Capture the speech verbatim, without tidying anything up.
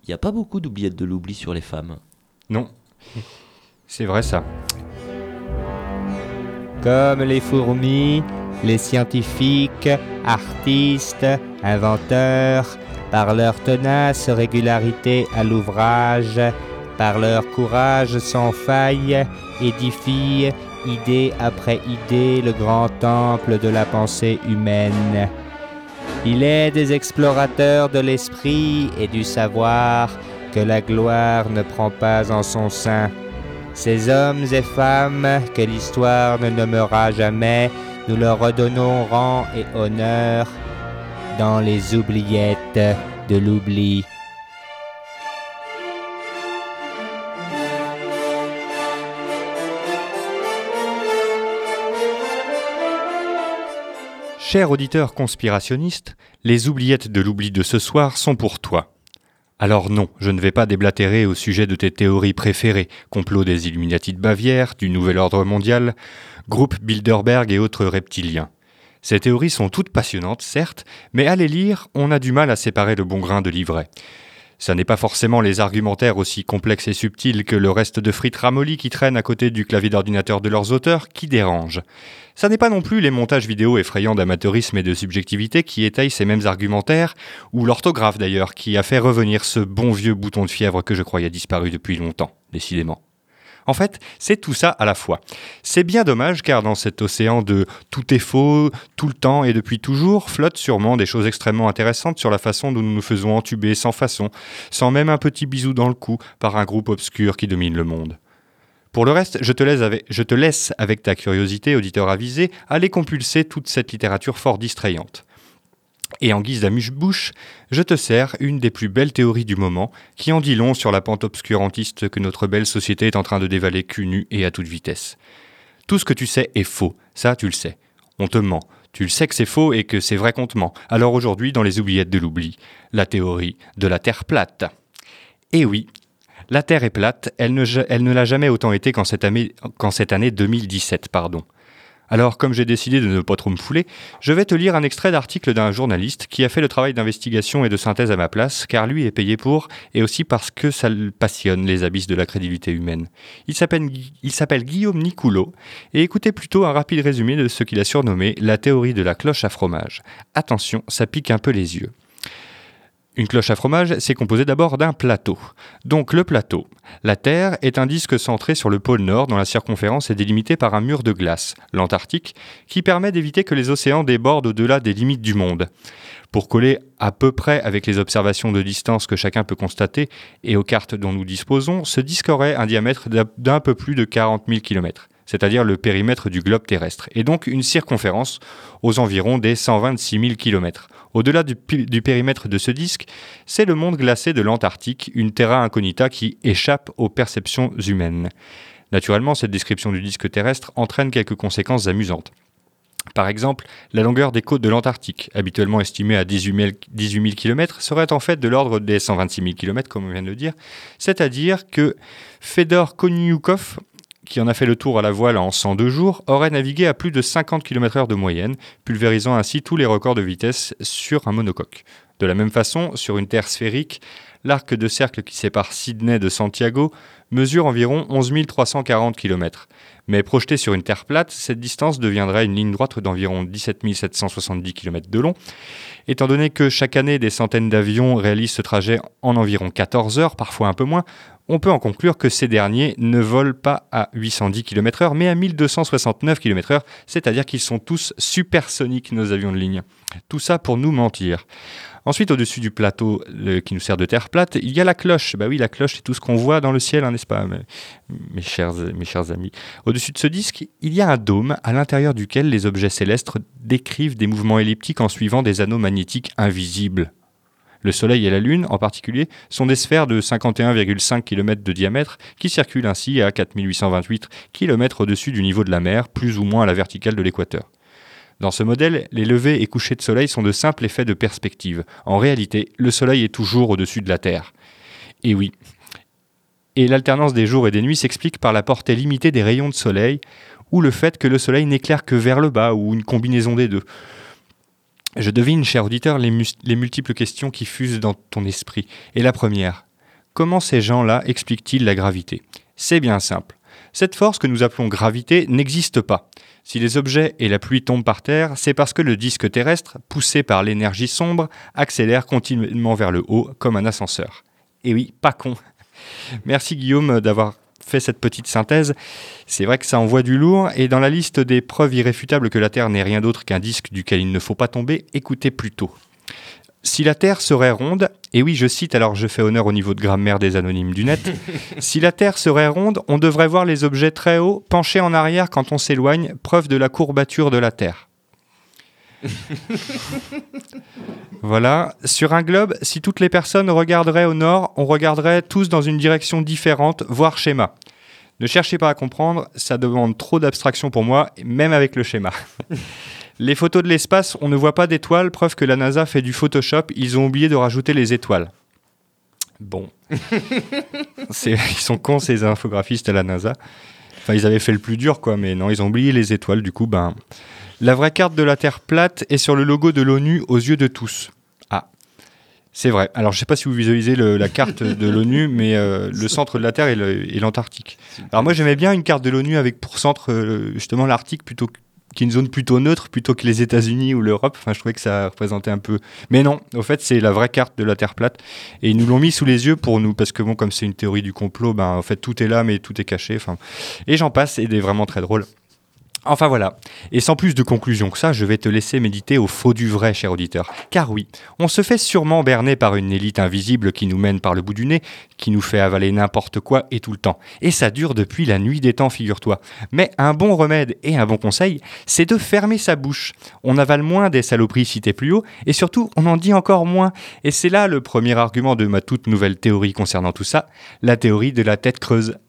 Il n'y a pas beaucoup d'oubliettes de l'oubli sur les femmes. Non, c'est vrai ça. Comme les fourmis, les scientifiques, artistes, inventeurs, par leur tenace régularité à l'ouvrage, par leur courage sans faille, édifient, idée après idée, le grand temple de la pensée humaine. Il est des explorateurs de l'esprit et du savoir que la gloire ne prend pas en son sein. Ces hommes et femmes que l'histoire ne nommera jamais, nous leur redonnons rang et honneur dans les oubliettes de l'oubli. Cher auditeur conspirationniste, les oubliettes de l'oubli de ce soir sont pour toi. Alors non, je ne vais pas déblatérer au sujet de tes théories préférées, complot des Illuminati de Bavière, du Nouvel Ordre Mondial, groupe Bilderberg et autres reptiliens. Ces théories sont toutes passionnantes, certes, mais à les lire, on a du mal à séparer le bon grain de l'ivraie. Ça n'est pas forcément les argumentaires aussi complexes et subtils que le reste de frites ramollies qui traînent à côté du clavier d'ordinateur de leurs auteurs qui dérangent. Ça n'est pas non plus les montages vidéo effrayants d'amateurisme et de subjectivité qui étayent ces mêmes argumentaires, ou l'orthographe d'ailleurs, qui a fait revenir ce bon vieux bouton de fièvre que je croyais disparu depuis longtemps, décidément. En fait, c'est tout ça à la fois. C'est bien dommage car dans cet océan de « tout est faux, tout le temps et depuis toujours » flottent sûrement des choses extrêmement intéressantes sur la façon dont nous nous faisons entuber sans façon, sans même un petit bisou dans le cou par un groupe obscur qui domine le monde. Pour le reste, je te laisse avec, je te laisse avec ta curiosité, auditeur avisé, aller compulser toute cette littérature fort distrayante. Et en guise d'amuse-bouche, je te sers une des plus belles théories du moment, qui en dit long sur la pente obscurantiste que notre belle société est en train de dévaler cul nu et à toute vitesse. Tout ce que tu sais est faux, ça tu le sais. On te ment. Tu le sais que c'est faux et que c'est vrai qu'on te ment. Alors aujourd'hui, dans les oubliettes de l'oubli, la théorie de la Terre plate. Et oui, la Terre est plate, elle ne, elle ne l'a jamais autant été qu'en cette année, qu'en cette année deux mille dix-sept, pardon. Alors, comme j'ai décidé de ne pas trop me fouler, je vais te lire un extrait d'article d'un journaliste qui a fait le travail d'investigation et de synthèse à ma place, car lui est payé pour, et aussi parce que ça le passionne, les abysses de la crédulité humaine. Il s'appelle, il s'appelle Guillaume Nicoulot, et écoutez plutôt un rapide résumé de ce qu'il a surnommé la théorie de la cloche à fromage. Attention, ça pique un peu les yeux. Une cloche à fromage, c'est composé d'abord d'un plateau. Donc le plateau. La Terre est un disque centré sur le pôle Nord dont la circonférence est délimitée par un mur de glace, l'Antarctique, qui permet d'éviter que les océans débordent au-delà des limites du monde. Pour coller à peu près avec les observations de distance que chacun peut constater et aux cartes dont nous disposons, ce disque aurait un diamètre d'un peu plus de quarante mille kilomètres, c'est-à-dire le périmètre du globe terrestre, et donc une circonférence aux environs des cent vingt-six mille kilomètres. Au-delà du, du périmètre de ce disque, c'est le monde glacé de l'Antarctique, une terra incognita qui échappe aux perceptions humaines. Naturellement, cette description du disque terrestre entraîne quelques conséquences amusantes. Par exemple, la longueur des côtes de l'Antarctique, habituellement estimée à dix-huit mille kilomètres, serait en fait de l'ordre des cent vingt-six mille kilomètres, comme on vient de le dire, c'est-à-dire que Fedor Konyukov, qui en a fait le tour à la voile en cent deux jours, aurait navigué à plus de cinquante kilomètres heure de moyenne, pulvérisant ainsi tous les records de vitesse sur un monocoque. De la même façon, sur une Terre sphérique, l'arc de cercle qui sépare Sydney de Santiago mesure environ onze mille trois cent quarante kilomètres. Mais projeté sur une Terre plate, cette distance deviendrait une ligne droite d'environ dix-sept mille sept cent soixante-dix kilomètres de long. Étant donné que chaque année, des centaines d'avions réalisent ce trajet en environ quatorze heures, parfois un peu moins, on peut en conclure que ces derniers ne volent pas à huit cent dix kilomètres heure, mais à mille deux cent soixante-neuf kilomètres heure, c'est-à-dire qu'ils sont tous supersoniques, nos avions de ligne. Tout ça pour nous mentir. Ensuite, au-dessus du plateau le, qui nous sert de terre plate, il y a la cloche. Bah oui, la cloche, c'est tout ce qu'on voit dans le ciel, hein, n'est-ce pas, mes, mes, chers, mes chers amis. Au-dessus de ce disque, il y a un dôme à l'intérieur duquel les objets célestes décrivent des mouvements elliptiques en suivant des anneaux magnétiques invisibles. Le Soleil et la Lune, en particulier, sont des sphères de cinquante et un virgule cinq kilomètres de diamètre qui circulent ainsi à quatre mille huit cent vingt-huit kilomètres au-dessus du niveau de la mer, plus ou moins à la verticale de l'équateur. Dans ce modèle, les levées et couchers de soleil sont de simples effets de perspective. En réalité, le Soleil est toujours au-dessus de la Terre. Et oui. Et l'alternance des jours et des nuits s'explique par la portée limitée des rayons de soleil ou le fait que le Soleil n'éclaire que vers le bas ou une combinaison des deux. Je devine, cher auditeur, les, mus- les multiples questions qui fusent dans ton esprit. Et la première, comment ces gens-là expliquent-ils la gravité ? C'est bien simple. Cette force que nous appelons gravité n'existe pas. Si les objets et la pluie tombent par terre, c'est parce que le disque terrestre, poussé par l'énergie sombre, accélère continuellement vers le haut comme un ascenseur. Et oui, pas con. Merci Guillaume d'avoir fait cette petite synthèse. C'est vrai que ça envoie du lourd, et dans la liste des preuves irréfutables que la Terre n'est rien d'autre qu'un disque duquel il ne faut pas tomber, écoutez plutôt. Si la Terre serait ronde, et oui, je cite, alors je fais honneur au niveau de grammaire des anonymes du net, si la Terre serait ronde, on devrait voir les objets très hauts, penchés en arrière quand on s'éloigne, preuve de la courbature de la Terre. Voilà. Sur un globe, si toutes les personnes regarderaient au nord, on regarderait tous dans une direction différente, voire schéma. Ne cherchez pas à comprendre, ça demande trop d'abstraction pour moi, même avec le schéma. Les photos de l'espace, on ne voit pas d'étoiles, preuve que la NASA fait du Photoshop, ils ont oublié de rajouter les étoiles. Bon. C'est, ils sont cons ces infographistes à la NASA. Enfin, ils avaient fait le plus dur, quoi, mais non, ils ont oublié les étoiles, du coup, ben... La vraie carte de la Terre plate est sur le logo de l'ONU aux yeux de tous. Ah, c'est vrai. Alors, je ne sais pas si vous visualisez le, la carte de l'ONU, mais euh, le centre de la Terre est, le, est l'Antarctique. Alors moi, j'aimais bien une carte de l'ONU avec pour centre euh, justement l'Arctique plutôt qu'une zone plutôt neutre, plutôt que les États-Unis ou l'Europe. Enfin, je trouvais que ça représentait un peu... Mais non, au fait, c'est la vraie carte de la Terre plate. Et ils nous l'ont mis sous les yeux pour nous, parce que bon, comme c'est une théorie du complot, ben, en fait, tout est là, mais tout est caché. Enfin, et j'en passe, et des vraiment très drôles. Enfin voilà, et sans plus de conclusion que ça, je vais te laisser méditer au faux du vrai, cher auditeur. Car oui, on se fait sûrement berner par une élite invisible qui nous mène par le bout du nez, qui nous fait avaler n'importe quoi et tout le temps. Et ça dure depuis la nuit des temps, figure-toi. Mais un bon remède et un bon conseil, c'est de fermer sa bouche. On avale moins des saloperies citées plus haut, et surtout, on en dit encore moins. Et c'est là le premier argument de ma toute nouvelle théorie concernant tout ça, la théorie de la tête creuse.